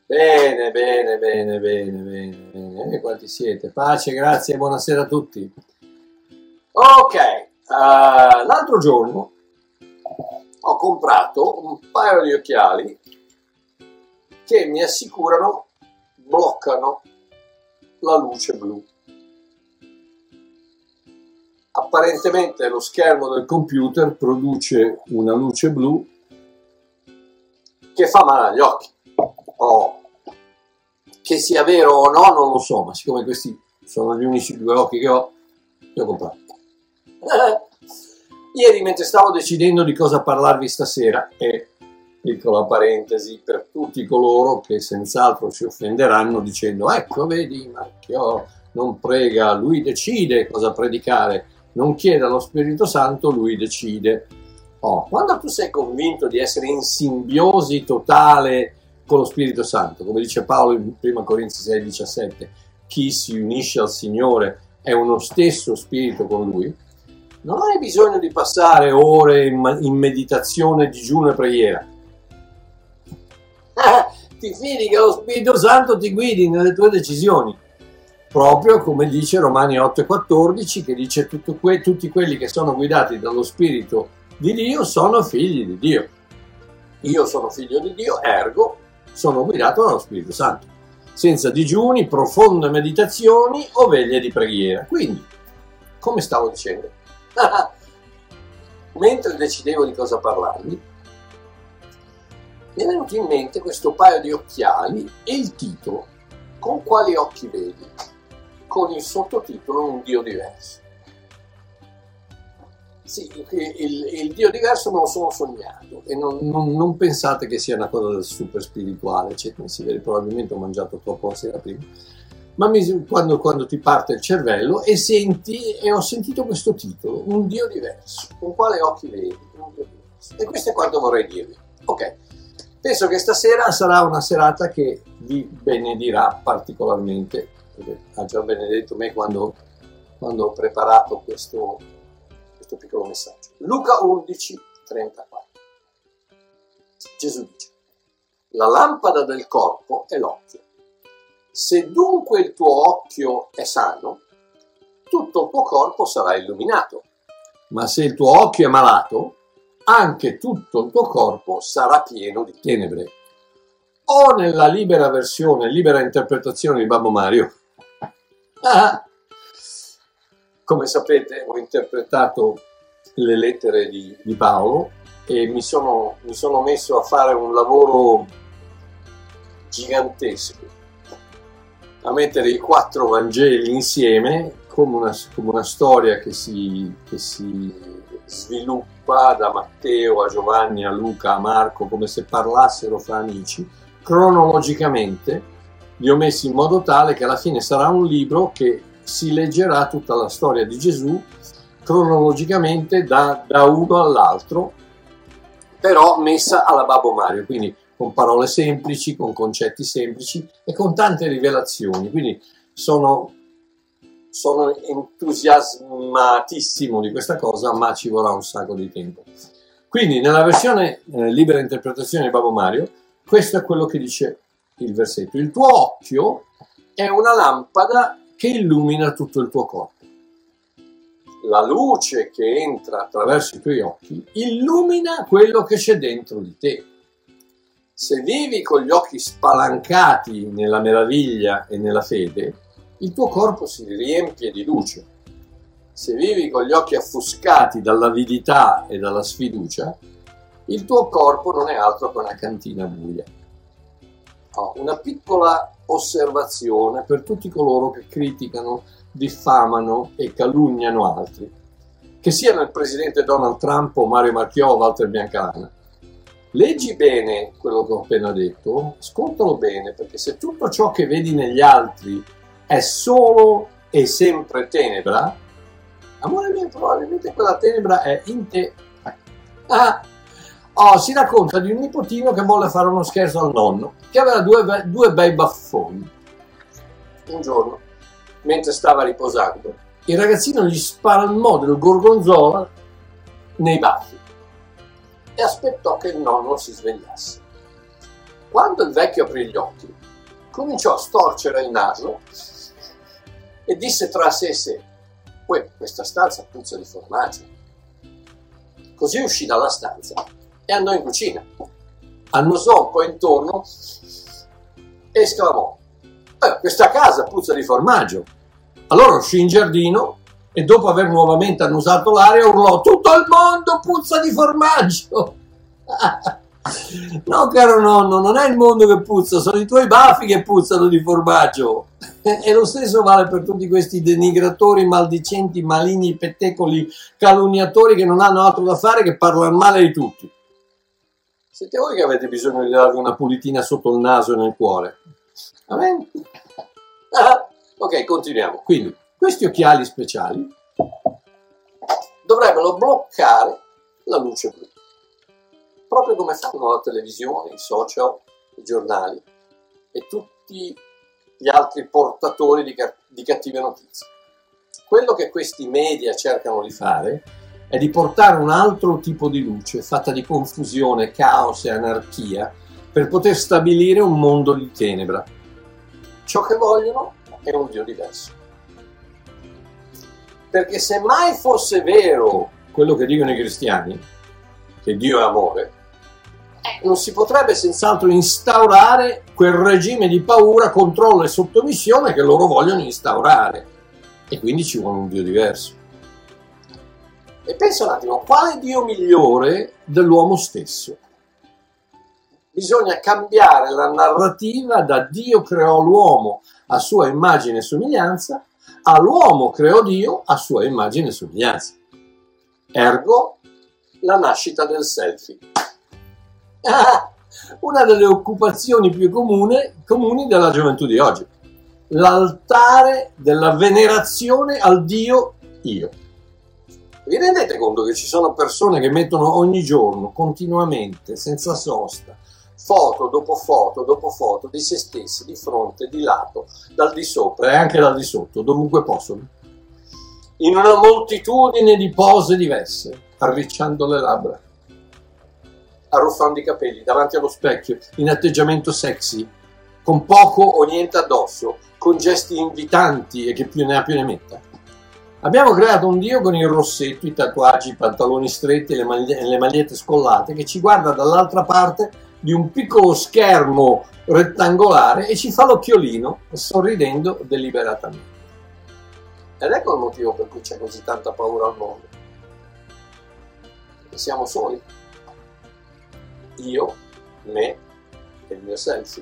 Bene, bene, bene, bene, bene, bene. Quanti siete? Pace, grazie e buonasera a tutti. Ok, l'altro giorno ho comprato un paio di occhiali che mi assicurano bloccano la luce blu. Apparentemente lo schermo del computer produce una luce blu che fa male agli occhi. Che sia vero o no non lo so, ma siccome questi sono gli unici due occhi che ho, li ho comprati. Ieri, mentre stavo decidendo di cosa parlarvi stasera, e piccola parentesi per tutti coloro che senz'altro si offenderanno dicendo ecco vedi Marchio non prega, lui decide cosa predicare, non chiede allo Spirito Santo, lui decide. Quando tu sei convinto di essere in simbiosi totale con lo Spirito Santo, come dice Paolo in 1 Corinzi 6,17, chi si unisce al Signore è uno stesso spirito con Lui, non hai bisogno di passare ore in meditazione, digiuno e preghiera. Ti fidi che lo Spirito Santo ti guidi nelle tue decisioni, proprio come dice Romani 8,14, che dice tutti quelli che sono guidati dallo Spirito di Dio sono figli di Dio. Io sono figlio di Dio, ergo sono guidato dallo Spirito Santo, senza digiuni, profonde meditazioni o veglie di preghiera. Quindi, come stavo dicendo, mentre decidevo di cosa parlarvi, mi è venuto in mente questo paio di occhiali e il titolo, con quali occhi vedi, con il sottotitolo Un Dio diverso. Sì, il Dio diverso me lo sono sognato e non pensate che sia una cosa super spirituale, eccetera, si vede, probabilmente ho mangiato troppo la sera prima, ma quando ti parte il cervello e ho sentito questo titolo, Un Dio diverso, con quale occhi vedi, un Dio diverso. E questo è quanto vorrei dirvi. Ok, penso che stasera sarà una serata che vi benedirà particolarmente, perché ha già benedetto me quando ho preparato questo piccolo messaggio. Luca 11:34. Gesù dice: la lampada del corpo è l'occhio. Se dunque il tuo occhio è sano, tutto il tuo corpo sarà illuminato. Ma se il tuo occhio è malato, anche tutto il tuo corpo sarà pieno di tenebre. O nella libera versione, libera interpretazione di Babbo Mario. Come sapete, ho interpretato le lettere di Paolo e mi sono messo a fare un lavoro gigantesco, a mettere i 4 Vangeli insieme come una storia che si sviluppa da Matteo a Giovanni a Luca a Marco, come se parlassero fra amici. Cronologicamente li ho messi in modo tale che alla fine sarà un libro che si leggerà tutta la storia di Gesù cronologicamente da uno all'altro, però messa alla Babbo Mario, quindi con parole semplici, con concetti semplici e con tante rivelazioni. Quindi sono entusiasmatissimo di questa cosa, ma ci vorrà un sacco di tempo. Quindi nella versione libera interpretazione di Babbo Mario, questo è quello che dice il versetto: il tuo occhio è una lampada che illumina tutto il tuo corpo. La luce che entra attraverso i tuoi occhi illumina quello che c'è dentro di te. Se vivi con gli occhi spalancati nella meraviglia e nella fede, il tuo corpo si riempie di luce. Se vivi con gli occhi offuscati dall'avidità e dalla sfiducia, il tuo corpo non è altro che una cantina buia. Una piccola osservazione per tutti coloro che criticano, diffamano e calunniano altri, che siano il presidente Donald Trump o Mario Marchiò o Walter Biancalana. Leggi bene quello che ho appena detto, ascoltalo bene, perché se tutto ciò che vedi negli altri è solo e sempre tenebra, amore mio, probabilmente quella tenebra è in te. Si racconta di un nipotino che volle fare uno scherzo al nonno, che aveva due bei baffoni. Un giorno, mentre stava riposando, il ragazzino gli spalmò del gorgonzola nei baffi e aspettò che il nonno si svegliasse. Quando il vecchio aprì gli occhi, cominciò a storcere il naso e disse tra sé e sé: uè, questa stanza puzza di formaggio. Così uscì dalla stanza e andò in cucina. Annusò un po' intorno e esclamò: questa casa puzza di formaggio. Allora uscì in giardino e dopo aver nuovamente annusato l'aria urlò: tutto il mondo puzza di formaggio! No, caro nonno, non è il mondo che puzza, sono i tuoi baffi che puzzano di formaggio. E lo stesso vale per tutti questi denigratori, maldicenti, maligni, pettecoli, calunniatori che non hanno altro da fare che parlare male di tutti. Siete voi che avete bisogno di darvi una pulitina sotto il naso e nel cuore. Amen? Ok, continuiamo. Quindi, questi occhiali speciali dovrebbero bloccare la luce blu, proprio come fanno la televisione, i social, i giornali e tutti gli altri portatori di cattive notizie. Quello che questi media cercano di fare è di portare un altro tipo di luce fatta di confusione, caos e anarchia per poter stabilire un mondo di tenebra. Ciò che vogliono è un Dio diverso. Perché se mai fosse vero quello che dicono i cristiani, che Dio è amore, non si potrebbe senz'altro instaurare quel regime di paura, controllo e sottomissione che loro vogliono instaurare. E quindi ci vuole un Dio diverso. E pensa un attimo, quale Dio migliore dell'uomo stesso? Bisogna cambiare la narrativa da Dio creò l'uomo a sua immagine e somiglianza a l'uomo creò Dio a sua immagine e somiglianza. Ergo, la nascita del selfie. Una delle occupazioni più comuni della gioventù di oggi. L'altare della venerazione al Dio io. Vi rendete conto che ci sono persone che mettono ogni giorno, continuamente, senza sosta, foto dopo foto dopo foto di se stessi, di fronte, di lato, dal di sopra e anche dal di sotto, dovunque possono, in una moltitudine di pose diverse, arricciando le labbra, arruffando i capelli davanti allo specchio, in atteggiamento sexy, con poco o niente addosso, con gesti invitanti e che più ne ha più ne metta. Abbiamo creato un Dio con il rossetto, i tatuaggi, i pantaloni stretti e le magliette scollate che ci guarda dall'altra parte di un piccolo schermo rettangolare e ci fa l'occhiolino sorridendo deliberatamente. Ed ecco il motivo per cui c'è così tanta paura al mondo. Perché siamo soli. Io, me e il mio selfie.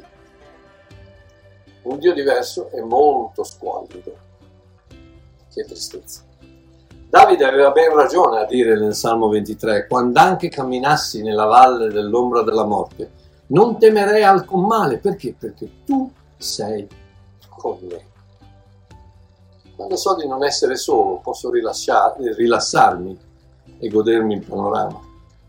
Un Dio diverso è molto squallido. Che tristezza. Davide aveva ben ragione a dire nel Salmo 23: quando anche camminassi nella valle dell'ombra della morte, non temerei alcun male. Perché? Perché tu sei con me. Quando so di non essere solo, posso rilassarmi e godermi il panorama.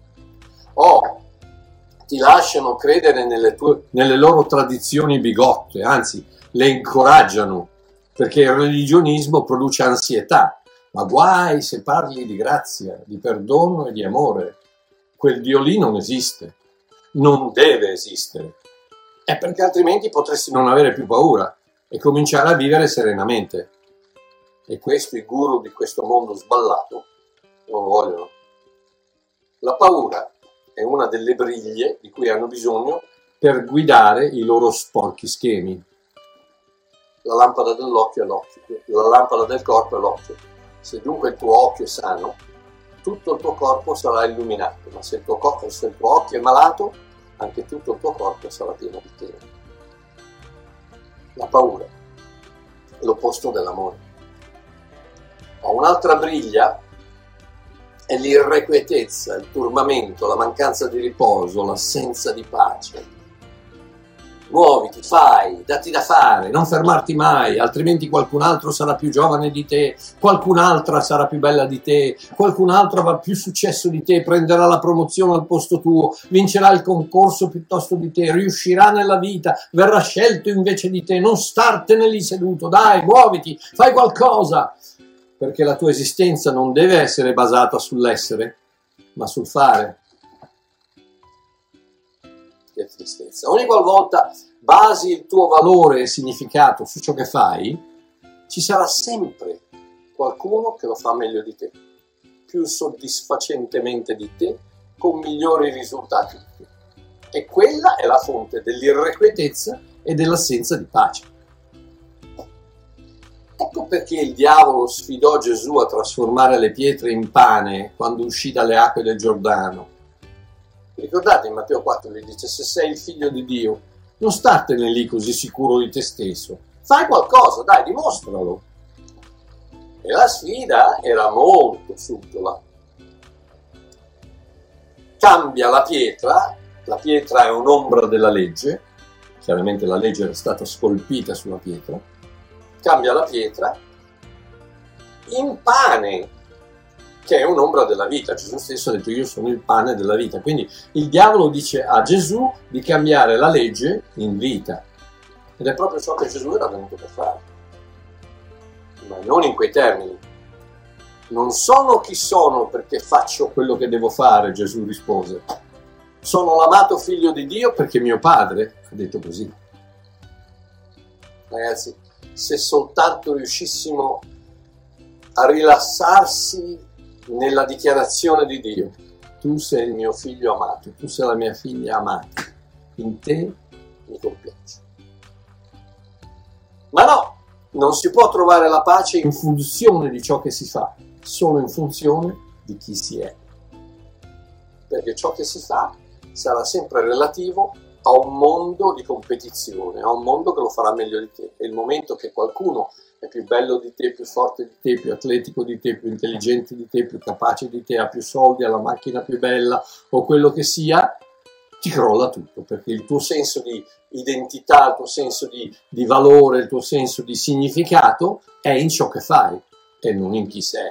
Ti lasciano credere nelle loro tradizioni bigotte, anzi, le incoraggiano, perché il religionismo produce ansietà. Ma guai se parli di grazia, di perdono e di amore. Quel Dio lì non esiste, non deve esistere. È perché altrimenti potresti non avere più paura e cominciare a vivere serenamente. E questo i guru di questo mondo sballato non vogliono. La paura è una delle briglie di cui hanno bisogno per guidare i loro sporchi schemi. La lampada dell'occhio è l'occhio, la lampada del corpo è l'occhio. Se dunque il tuo occhio è sano, tutto il tuo corpo sarà illuminato, ma se il tuo occhio è malato, anche tutto il tuo corpo sarà pieno di tenebre. La paura è l'opposto dell'amore. Ma un'altra briglia è l'irrequietezza, il turbamento, la mancanza di riposo, l'assenza di pace. Muoviti, fai, datti da fare, non fermarti mai, altrimenti qualcun altro sarà più giovane di te, qualcun'altra sarà più bella di te, qualcun altro avrà più successo di te, prenderà la promozione al posto tuo, vincerà il concorso piuttosto di te, riuscirà nella vita, verrà scelto invece di te. Non startene lì seduto, dai, muoviti, fai qualcosa, perché la tua esistenza non deve essere basata sull'essere, ma sul fare. e tristezza. Ogni qualvolta basi il tuo valore e significato su ciò che fai, ci sarà sempre qualcuno che lo fa meglio di te, più soddisfacentemente di te, con migliori risultati di te. E quella è la fonte dell'irrequietezza e dell'assenza di pace. Ecco perché il diavolo sfidò Gesù a trasformare le pietre in pane quando uscì dalle acque del Giordano. Ricordate in Matteo 4 gli dice: se sei il figlio di Dio, non startene lì così sicuro di te stesso. Fai qualcosa, dai, dimostralo. E la sfida era molto subdola. Cambia la pietra è un'ombra della legge, chiaramente la legge era stata scolpita sulla pietra, cambia la pietra in pane, che è un'ombra della vita. Gesù stesso ha detto: io sono il pane della vita. Quindi il diavolo dice a Gesù di cambiare la legge in vita, ed è proprio ciò che Gesù era venuto per fare, ma non in quei termini. Non sono chi sono perché faccio quello che devo fare, Gesù rispose. Sono l'amato figlio di Dio perché mio padre ha detto così. Ragazzi, se soltanto riuscissimo a rilassarsi nella dichiarazione di Dio: tu sei il mio figlio amato, tu sei la mia figlia amata, in te mi compiaccio. Ma no, non si può trovare la pace in funzione di ciò che si fa, solo in funzione di chi si è. Perché ciò che si fa sarà sempre relativo a un mondo di competizione, a un mondo che lo farà meglio di te. E il momento che qualcuno è più bello di te, più forte di te, più atletico di te, più intelligente di te, più capace di te, ha più soldi, ha la macchina più bella o quello che sia, ti crolla tutto, perché il tuo senso di identità, il tuo senso di valore, il tuo senso di significato è in ciò che fai e non in chi sei.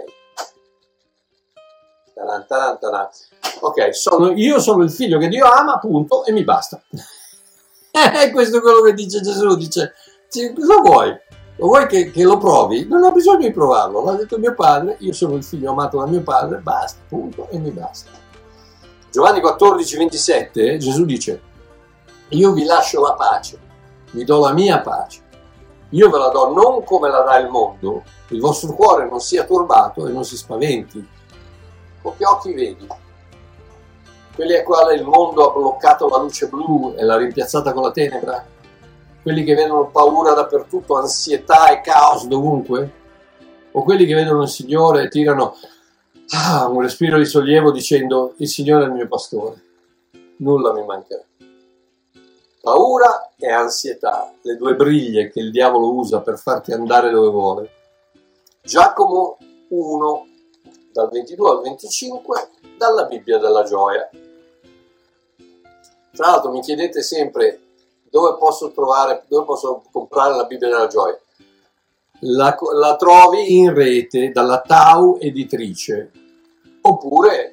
Taran, taran, taran. Ok, io sono il figlio che Dio ama, punto, e mi basta. Questo è quello che dice Gesù, dice: cosa vuoi? Lo vuoi che lo provi? Non ho bisogno di provarlo, l'ha detto mio padre, io sono il figlio amato da mio padre, basta, punto, e mi basta. Giovanni 14, 27, Gesù dice: io vi lascio la pace, vi do la mia pace, io ve la do non come la dà il mondo, il vostro cuore non sia turbato e non si spaventi. Con che occhi vedi? Quelli ai quali il mondo ha bloccato la luce blu e l'ha rimpiazzata con la tenebra? Quelli che vedono paura dappertutto, ansietà e caos dovunque? O quelli che vedono il Signore e tirano un respiro di sollievo dicendo: il Signore è il mio pastore, nulla mi mancherà? Paura e ansietà, le due briglie che il diavolo usa per farti andare dove vuole. Giacomo 1, dal 22 al 25, dalla Bibbia della gioia. Tra l'altro mi chiedete sempre dove posso comprare la Bibbia della gioia. La trovi in rete dalla Tau editrice, oppure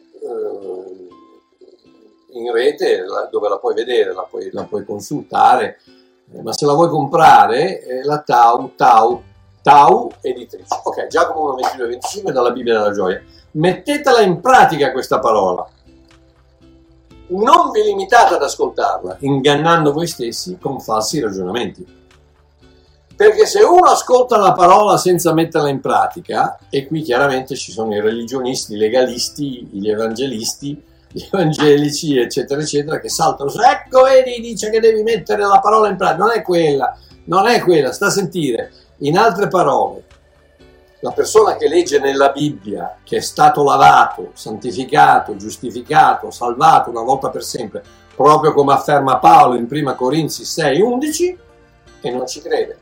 in rete dove la puoi vedere, la puoi consultare, ma se la vuoi comprare la Tau editrice. Ok, Giacomo 1, 22 25 dalla Bibbia della gioia. Mettetela in pratica questa parola. Non vi limitate ad ascoltarla, ingannando voi stessi con falsi ragionamenti. Perché se uno ascolta la parola senza metterla in pratica, e qui chiaramente ci sono i religionisti, i legalisti, gli evangelisti, gli evangelici, eccetera, eccetera, che saltano su: ecco, vedi, dice che devi mettere la parola in pratica. Non è quella, sta a sentire. In altre parole, la persona che legge nella Bibbia che è stato lavato, santificato, giustificato, salvato una volta per sempre, proprio come afferma Paolo in 1 Corinzi 6:11, e non ci crede.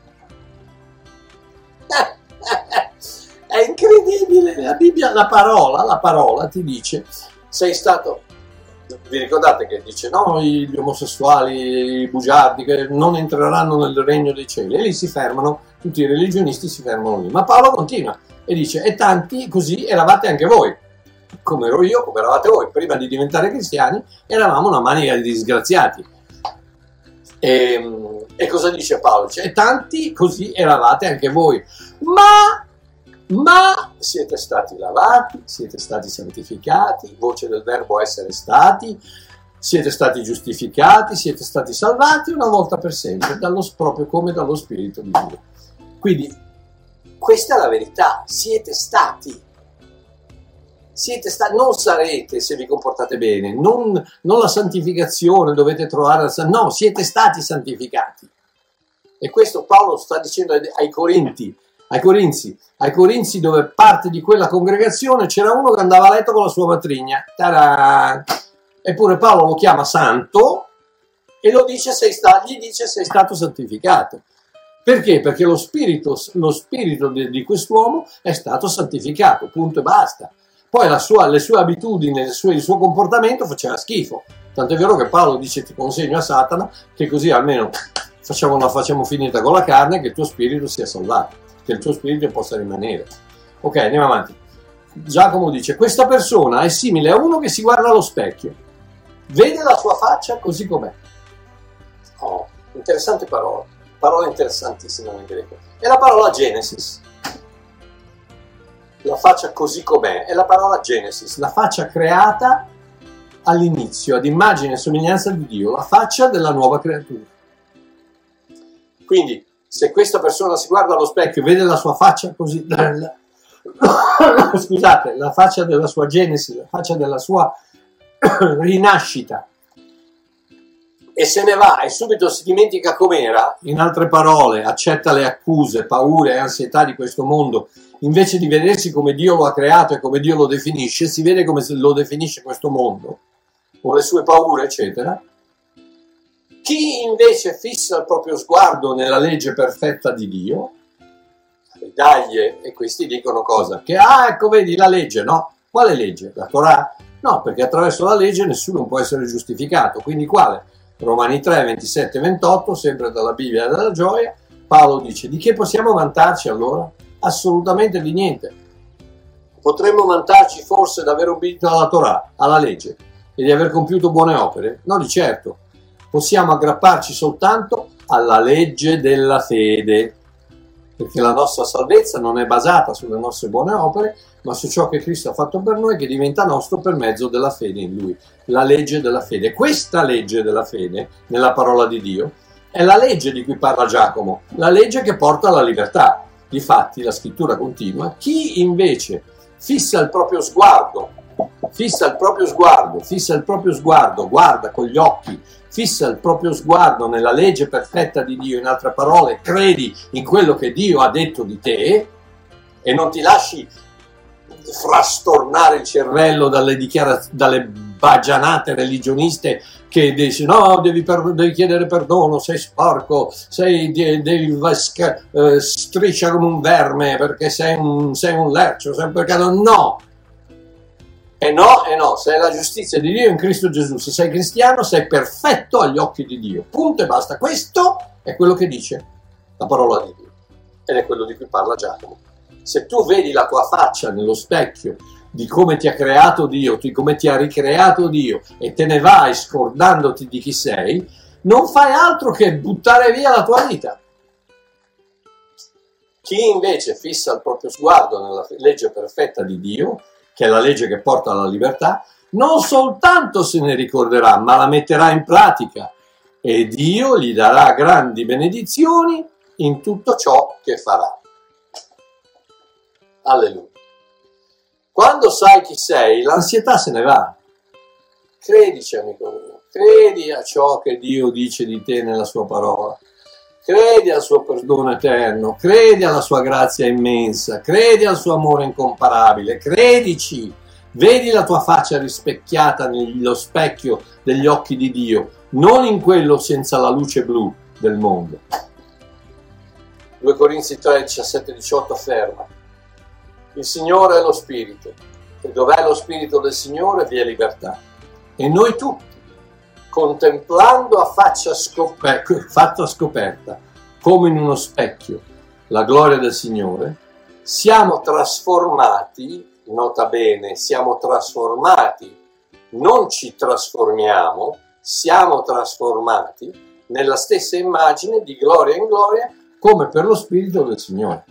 È incredibile, la Bibbia, la parola ti dice: sei stato, vi ricordate che dice no, gli omosessuali, i bugiardi che non entreranno nel regno dei cieli, e lì si fermano, tutti i religionisti si fermano lì. Ma Paolo continua e dice: e tanti così eravate anche voi, come ero io, come eravate voi, prima di diventare cristiani eravamo una manica di disgraziati. E cosa dice Paolo? Dice: e tanti così eravate anche voi, ma siete stati lavati, siete stati santificati, voce del verbo essere stati, siete stati giustificati, siete stati salvati una volta per sempre, proprio come dallo Spirito di Dio. Quindi questa è la verità, siete stati, non sarete se vi comportate bene, non la santificazione dovete trovare, no, siete stati santificati. E questo Paolo sta dicendo ai Corinzi, dove parte di quella congregazione c'era uno che andava a letto con la sua matrigna. Ta-da! Eppure Paolo lo chiama santo e gli dice sei stato santificato. Perché? Perché lo spirito di quest'uomo è stato santificato, punto e basta. Poi le sue abitudini, il suo comportamento faceva schifo. Tanto è vero che Paolo dice ti consegno a Satana, che così almeno facciamo finita con la carne, che il tuo spirito sia salvato, che il tuo spirito possa rimanere. Ok, andiamo avanti. Giacomo dice, questa persona è simile a uno che si guarda allo specchio, vede la sua faccia così com'è. Oh, interessante parola interessantissima nel greco. È la parola Genesis. La faccia così com'è è la parola Genesis, la faccia creata all'inizio, ad immagine e somiglianza di Dio, la faccia della nuova creatura. Quindi, se questa persona si guarda allo specchio e vede la sua faccia così, scusate, la faccia della sua Genesi, la faccia della sua rinascita, e se ne va e subito si dimentica com'era, in altre parole, accetta le accuse, paure e ansietà di questo mondo, invece di vedersi come Dio lo ha creato e come Dio lo definisce, si vede come lo definisce questo mondo, o le sue paure, eccetera. Chi invece fissa il proprio sguardo nella legge perfetta di Dio, dagli, e questi dicono cosa? Che, ecco vedi la legge, no? Quale legge? La Torah? No, perché attraverso la legge nessuno può essere giustificato, quindi quale? Romani 3, 27 e 28, sempre dalla Bibbia della gioia, Paolo dice, di che possiamo vantarci allora? Assolutamente di niente. Potremmo vantarci forse di aver obbedito alla Torah, alla legge, e di aver compiuto buone opere? No, di certo. Possiamo aggrapparci soltanto alla legge della fede, perché la nostra salvezza non è basata sulle nostre buone opere, ma su ciò che Cristo ha fatto per noi, che diventa nostro per mezzo della fede in Lui. La legge della fede. Questa legge della fede, nella parola di Dio, è la legge di cui parla Giacomo, la legge che porta alla libertà. Difatti, la scrittura continua, chi invece fissa il proprio sguardo, guarda con gli occhi, fissa il proprio sguardo nella legge perfetta di Dio, in altre parole, credi in quello che Dio ha detto di te e non ti lasci frastornare il cervello dalle bagianate religioniste che dici no, devi chiedere perdono, sei sporco, devi striscia come un verme perché sei un lercio, sei un peccato. No! E no, sei la giustizia di Dio in Cristo Gesù. Se sei cristiano sei perfetto agli occhi di Dio. Punto e basta. Questo è quello che dice la parola di Dio. Ed è quello di cui parla Giacomo. Se tu vedi la tua faccia nello specchio di come ti ha creato Dio, di come ti ha ricreato Dio, e te ne vai scordandoti di chi sei, non fai altro che buttare via la tua vita. Chi invece fissa il proprio sguardo nella legge perfetta di Dio, che è la legge che porta alla libertà, non soltanto se ne ricorderà, ma la metterà in pratica, e Dio gli darà grandi benedizioni in tutto ciò che farà. Alleluia. Quando sai chi sei, l'ansietà se ne va. Credici, amico mio, credi a ciò che Dio dice di te nella sua parola. Credi al suo perdono eterno, credi alla sua grazia immensa, credi al suo amore incomparabile, credici, vedi la tua faccia rispecchiata nello specchio degli occhi di Dio, non in quello senza la luce blu del mondo. 2 Corinzi 3, 17, 18 afferma: il Signore è lo Spirito, e dov'è lo Spirito del Signore vi è libertà. E noi tutti, contemplando a faccia scoperta, come in uno specchio, la gloria del Signore, siamo trasformati, nota bene, siamo trasformati, non ci trasformiamo, siamo trasformati nella stessa immagine di gloria in gloria, come per lo Spirito del Signore.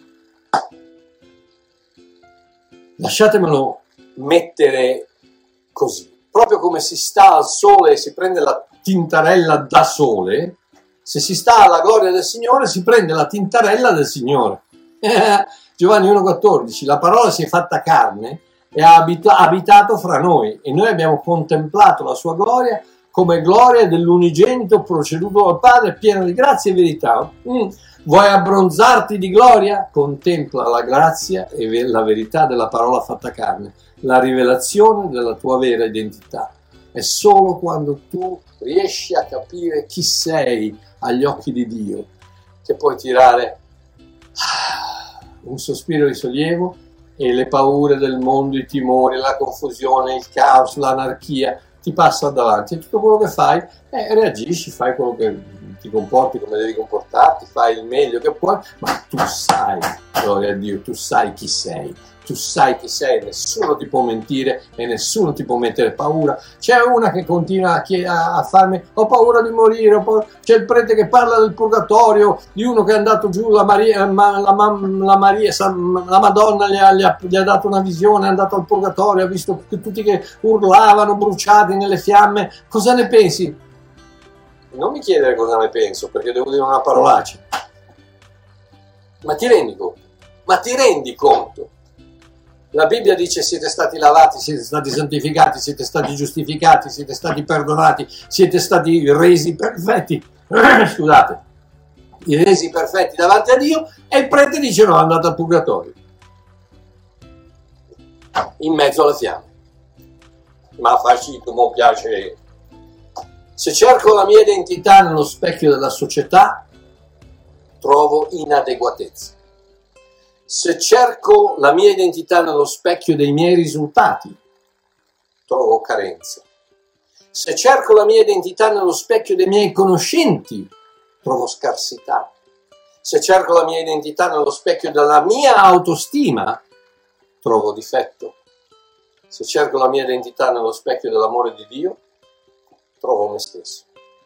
Lasciatemelo mettere così. proprio come si sta al sole e si prende la tintarella da sole, se si sta alla gloria del Signore si prende la tintarella del Signore. Giovanni 1,14, la parola si è fatta carne e ha abitato fra noi e noi abbiamo contemplato la sua gloria come gloria dell'unigenito proceduto dal Padre, pieno di grazia e verità. Vuoi abbronzarti di gloria? Contempla la grazia e la verità della parola fatta carne, la rivelazione della tua vera identità. È solo quando tu riesci a capire chi sei agli occhi di Dio che puoi tirare un sospiro di sollievo e le paure del mondo, i timori, la confusione, il caos, l'anarchia ti passano davanti e tutto quello che fai reagisci, fai quello che ti comporti come devi comportarti, fai il meglio che puoi, ma tu sai, gloria a Dio, tu sai chi sei, nessuno ti può mentire e nessuno ti può mettere paura. C'è una che continua a farmi, ho paura di morire, c'è il prete che parla del purgatorio, di uno che è andato giù, la Madonna gli ha dato una visione, è andato al purgatorio, ha visto tutti che urlavano, bruciati nelle fiamme. Cosa ne pensi? Non mi chiedere cosa ne penso, perché devo dire una parolaccia. Ma ti rendi conto? La Bibbia dice: siete stati lavati, siete stati santificati, siete stati giustificati, siete stati perdonati, siete stati resi perfetti. Scusate, resi perfetti davanti a Dio, e il prete dice: no, è andato al purgatorio, in mezzo alle fiamme. Ma facito, mi piace. Se cerco la mia identità nello specchio della società, trovo inadeguatezza. Se cerco la mia identità nello specchio dei miei risultati, trovo carenza. Se cerco la mia identità nello specchio dei miei conoscenti, trovo scarsità. Se cerco la mia identità nello specchio della mia autostima, trovo difetto. Se cerco la mia identità nello specchio dell'amore di Dio, trovo me stesso.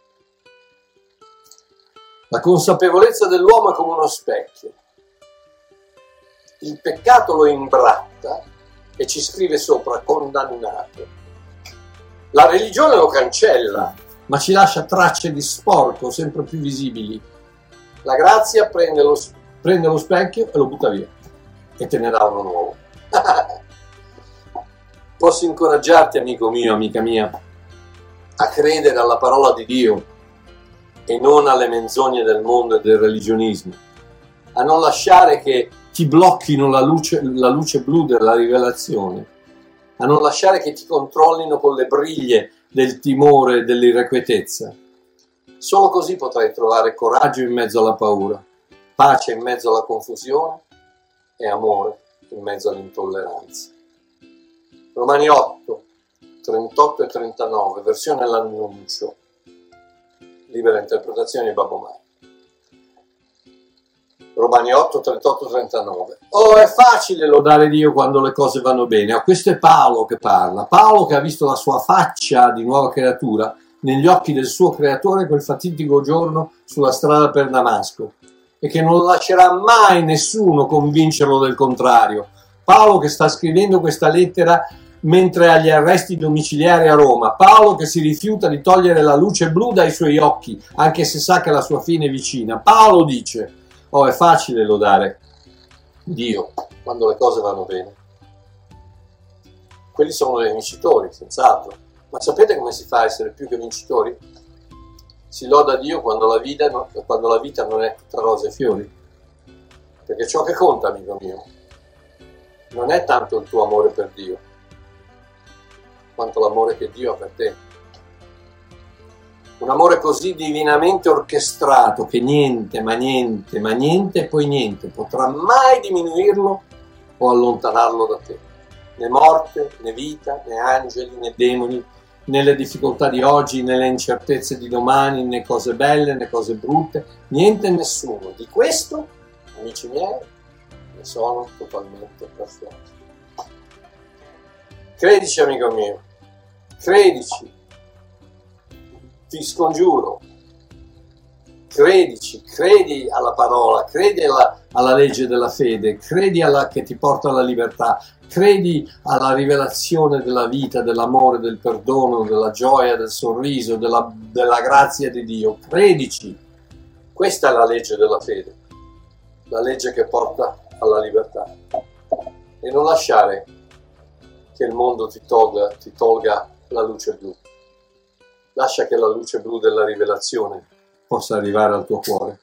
La consapevolezza dell'uomo è come uno specchio. Il peccato lo imbratta e ci scrive sopra condannato. La religione lo cancella, ma ci lascia tracce di sporco sempre più visibili. La grazia prende lo specchio e lo butta via e te ne dà uno nuovo. Posso incoraggiarti, amico mio, amica mia, a credere alla parola di Dio e non alle menzogne del mondo e del religionismo, a non lasciare che ti blocchino la luce blu della rivelazione, a non lasciare che ti controllino con le briglie del timore e dell'irrequietezza. Solo così potrai trovare coraggio in mezzo alla paura, pace in mezzo alla confusione e amore in mezzo all'intolleranza. Romani 8, 38 e 39, versione L'Annuncio, libera interpretazione di Babbo Mario. Romani 8, 38, 39. Oh, è facile lodare Dio quando le cose vanno bene. Oh, questo è Paolo che parla. Paolo che ha visto la sua faccia di nuova creatura negli occhi del suo creatore quel fatidico giorno sulla strada per Damasco e che non lascerà mai nessuno convincerlo del contrario. Paolo che sta scrivendo questa lettera mentre agli arresti domiciliari a Roma. Paolo che si rifiuta di togliere la luce blu dai suoi occhi, anche se sa che la sua fine è vicina. Paolo dice: oh, è facile lodare Dio quando le cose vanno bene. Quelli sono i vincitori, senz'altro. Ma sapete come si fa a essere più che vincitori? Si loda Dio quando la vita non è tutta rose e fiori. Perché ciò che conta, amico mio, non è tanto il tuo amore per Dio, quanto l'amore che Dio ha per te. Un amore così divinamente orchestrato che niente e poi niente potrà mai diminuirlo o allontanarlo da te. Né morte, né vita, né angeli, né demoni, né le difficoltà di oggi, né le incertezze di domani, né cose belle, né cose brutte, niente e nessuno. Di questo, amici miei, ne sono totalmente persuaso. Credici, amico mio, credici, ti scongiuro, credici, credi alla parola, credi alla legge della fede, credi che ti porta alla libertà, credi alla rivelazione della vita, dell'amore, del perdono, della gioia, del sorriso, della grazia di Dio. Credici. Questa è la legge della fede, la legge che porta alla libertà. E non lasciare che il mondo ti tolga la luce blu. Lascia che la luce blu della rivelazione possa arrivare al tuo cuore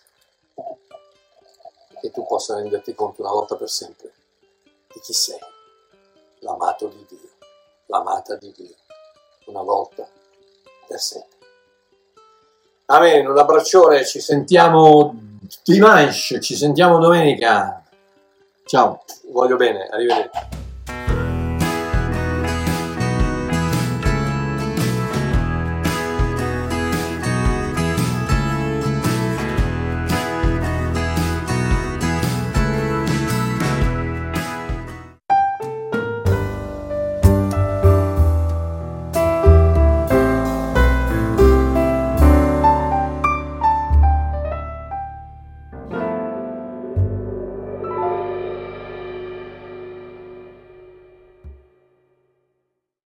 e tu possa renderti conto una volta per sempre di chi sei, l'amato di Dio, l'amata di Dio, una volta per sempre. Amen, un abbraccione, ci sentiamo dimanche, ci sentiamo domenica. Ciao, voglio bene, arrivederci.